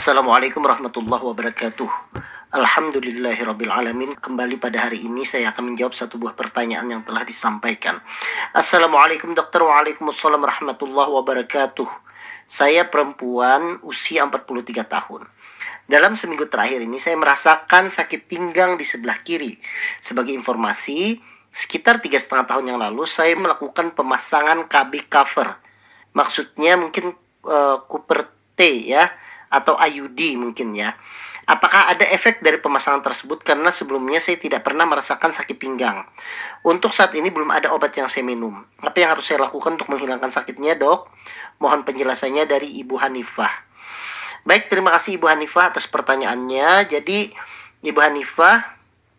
Assalamualaikum warahmatullahi wabarakatuh. Alhamdulillahirrabbilalamin. Kembali pada hari ini saya akan menjawab satu buah pertanyaan yang telah disampaikan. Assalamualaikum dokter. Waalaikumsalam warahmatullahi wabarakatuh. Saya perempuan usia 43 tahun. Dalam seminggu terakhir ini saya merasakan sakit pinggang di sebelah kiri. Sebagai informasi, sekitar 3,5 tahun yang lalu saya melakukan pemasangan KB cover. Maksudnya mungkin Cooper T ya, atau IUD mungkin ya. Apakah ada efek dari pemasangan tersebut? Karena sebelumnya saya tidak pernah merasakan sakit pinggang. Untuk saat ini belum ada obat yang saya minum. Apa yang harus saya lakukan untuk menghilangkan sakitnya, dok? Mohon penjelasannya dari Ibu Hanifah. Baik, terima kasih Ibu Hanifah atas pertanyaannya. Jadi Ibu Hanifah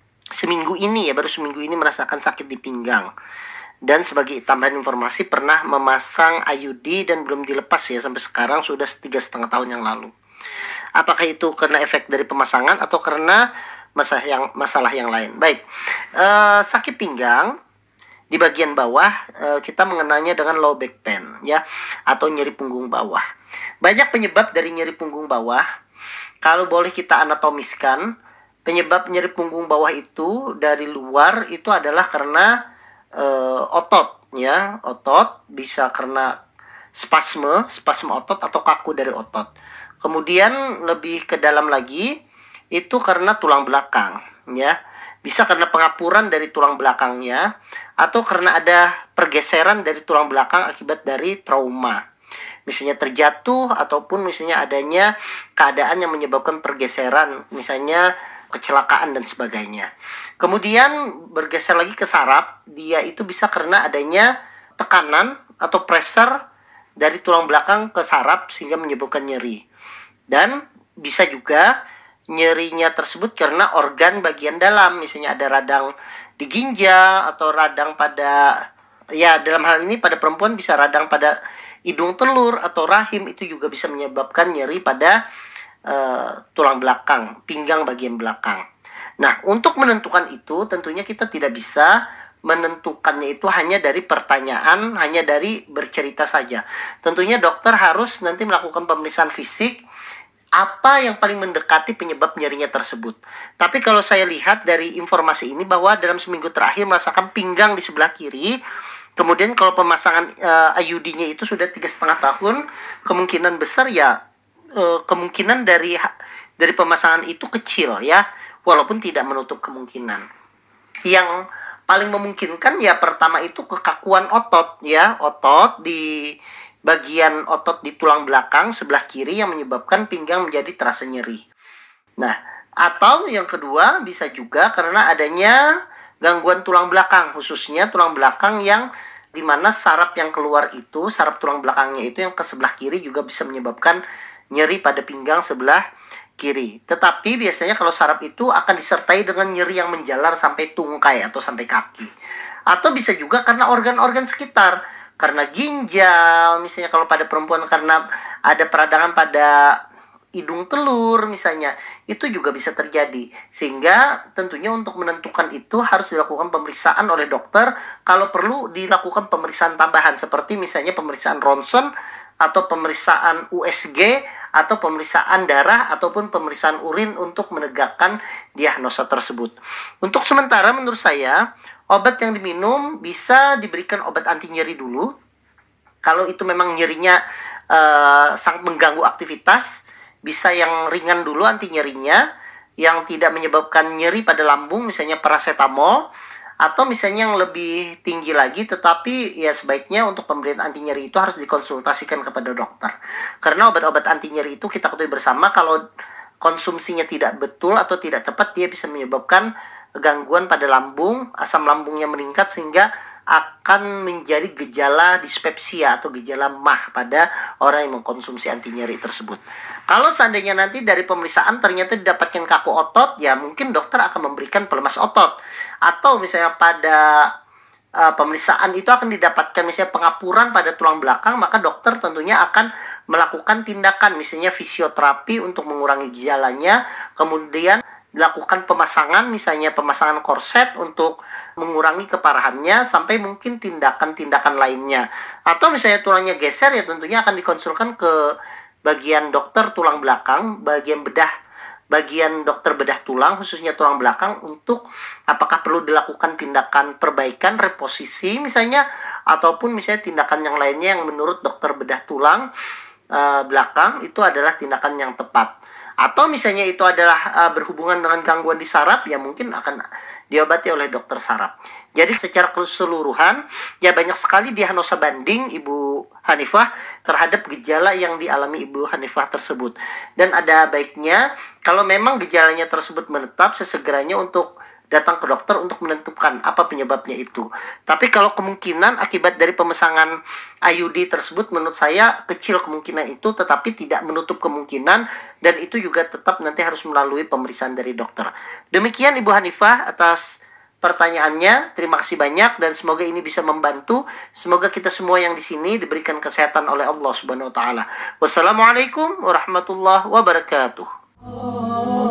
baru seminggu ini merasakan sakit di pinggang. Dan sebagai tambahan informasi pernah memasang IUD dan belum dilepas ya sampai sekarang, sudah 3,5 tahun yang lalu. Apakah itu karena efek dari pemasangan atau karena masalah yang lain? Baik, sakit pinggang di bagian bawah kita mengenalnya dengan low back pain ya, atau nyeri punggung bawah. Banyak penyebab dari nyeri punggung bawah. Kalau boleh kita anatomiskan, penyebab nyeri punggung bawah itu dari luar itu adalah karena otot ya, otot bisa karena spasme otot atau kaku dari otot. Kemudian lebih ke dalam lagi itu karena tulang belakang ya, bisa karena pengapuran dari tulang belakangnya atau karena ada pergeseran dari tulang belakang akibat dari trauma, misalnya terjatuh ataupun misalnya adanya keadaan yang menyebabkan pergeseran, misalnya kecelakaan dan sebagainya. Kemudian bergeser lagi ke saraf, dia itu bisa karena adanya tekanan atau pressure dari tulang belakang ke saraf sehingga menyebabkan nyeri. Dan bisa juga nyerinya tersebut karena organ bagian dalam, misalnya ada radang di ginjal atau radang pada, ya dalam hal ini pada perempuan bisa radang pada hidung telur atau rahim, itu juga bisa menyebabkan nyeri pada tulang belakang, pinggang bagian belakang. Nah, untuk menentukan itu tentunya kita tidak bisa menentukannya itu hanya dari pertanyaan, hanya dari bercerita saja. Tentunya dokter harus nanti melakukan pemeriksaan fisik, apa yang paling mendekati penyebab nyerinya tersebut. Tapi kalau saya lihat dari informasi ini bahwa dalam seminggu terakhir merasakan pinggang di sebelah kiri, kemudian kalau pemasangan IUD-nya itu sudah 3,5 tahun, kemungkinan besar ya kemungkinan dari pemasangan itu kecil ya, walaupun tidak menutup kemungkinan. Yang paling memungkinkan ya pertama itu kekakuan otot ya, otot di bagian otot di tulang belakang sebelah kiri yang menyebabkan pinggang menjadi terasa nyeri. Nah, atau yang kedua bisa juga karena adanya gangguan tulang belakang, khususnya tulang belakang yang dimana saraf yang keluar itu, saraf tulang belakangnya itu yang ke sebelah kiri juga bisa menyebabkan nyeri pada pinggang sebelah kiri. Tetapi biasanya kalau saraf itu akan disertai dengan nyeri yang menjalar sampai tungkai atau sampai kaki. Atau bisa juga karena organ-organ sekitar, karena ginjal, misalnya kalau pada perempuan karena ada peradangan pada hidung telur misalnya, itu juga bisa terjadi. Sehingga tentunya untuk menentukan itu harus dilakukan pemeriksaan oleh dokter. Kalau perlu dilakukan pemeriksaan tambahan seperti misalnya pemeriksaan ronsen atau pemeriksaan USG atau pemeriksaan darah ataupun pemeriksaan urin untuk menegakkan diagnosa tersebut. Untuk sementara menurut saya obat yang diminum bisa diberikan obat anti nyeri dulu. Kalau itu memang nyerinya sangat mengganggu aktivitas, bisa yang ringan dulu anti nyerinya, yang tidak menyebabkan nyeri pada lambung, misalnya paracetamol. Atau misalnya yang lebih tinggi lagi, tetapi ya sebaiknya untuk pemberian anti nyeri itu harus dikonsultasikan kepada dokter. Karena obat-obat anti nyeri itu kita ketahui bersama kalau konsumsinya tidak betul atau tidak tepat, dia bisa menyebabkan gangguan pada lambung, asam lambungnya meningkat sehingga akan menjadi gejala dispepsia atau gejala MAH pada orang yang mengkonsumsi anti nyeri tersebut. Kalau seandainya nanti dari pemeriksaan ternyata didapatkan kaku otot, ya mungkin dokter akan memberikan pelemas otot. Atau misalnya pada pemeriksaan itu akan didapatkan misalnya pengapuran pada tulang belakang, maka dokter tentunya akan melakukan tindakan misalnya fisioterapi untuk mengurangi gejalanya, kemudian dilakukan pemasangan, misalnya pemasangan korset untuk mengurangi keparahannya, sampai mungkin tindakan-tindakan lainnya. Atau misalnya tulangnya geser, ya tentunya akan dikonsulkan ke bagian dokter tulang belakang, bagian dokter bedah tulang, khususnya tulang belakang, untuk apakah perlu dilakukan tindakan perbaikan, reposisi misalnya, ataupun misalnya tindakan yang lainnya yang menurut dokter bedah tulang belakang itu adalah tindakan yang tepat. Atau misalnya itu adalah berhubungan dengan gangguan di saraf, ya mungkin akan diobati oleh dokter saraf. Jadi secara keseluruhan, ya banyak sekali diagnosa banding Ibu Hanifah terhadap gejala yang dialami Ibu Hanifah tersebut. Dan ada baiknya kalau memang gejalanya tersebut menetap, sesegeranya untuk datang ke dokter untuk menentukan apa penyebabnya itu. Tapi kalau kemungkinan akibat dari pemesangan IUD tersebut, menurut saya kecil kemungkinan itu, tetapi tidak menutup kemungkinan, dan itu juga tetap nanti harus melalui pemeriksaan dari dokter. Demikian Ibu Hanifah atas pertanyaannya. Terima kasih banyak dan semoga ini bisa membantu. Semoga kita semua yang di sini diberikan kesehatan oleh Allah Subhanahu wa taala. Wassalamualaikum warahmatullahi wabarakatuh.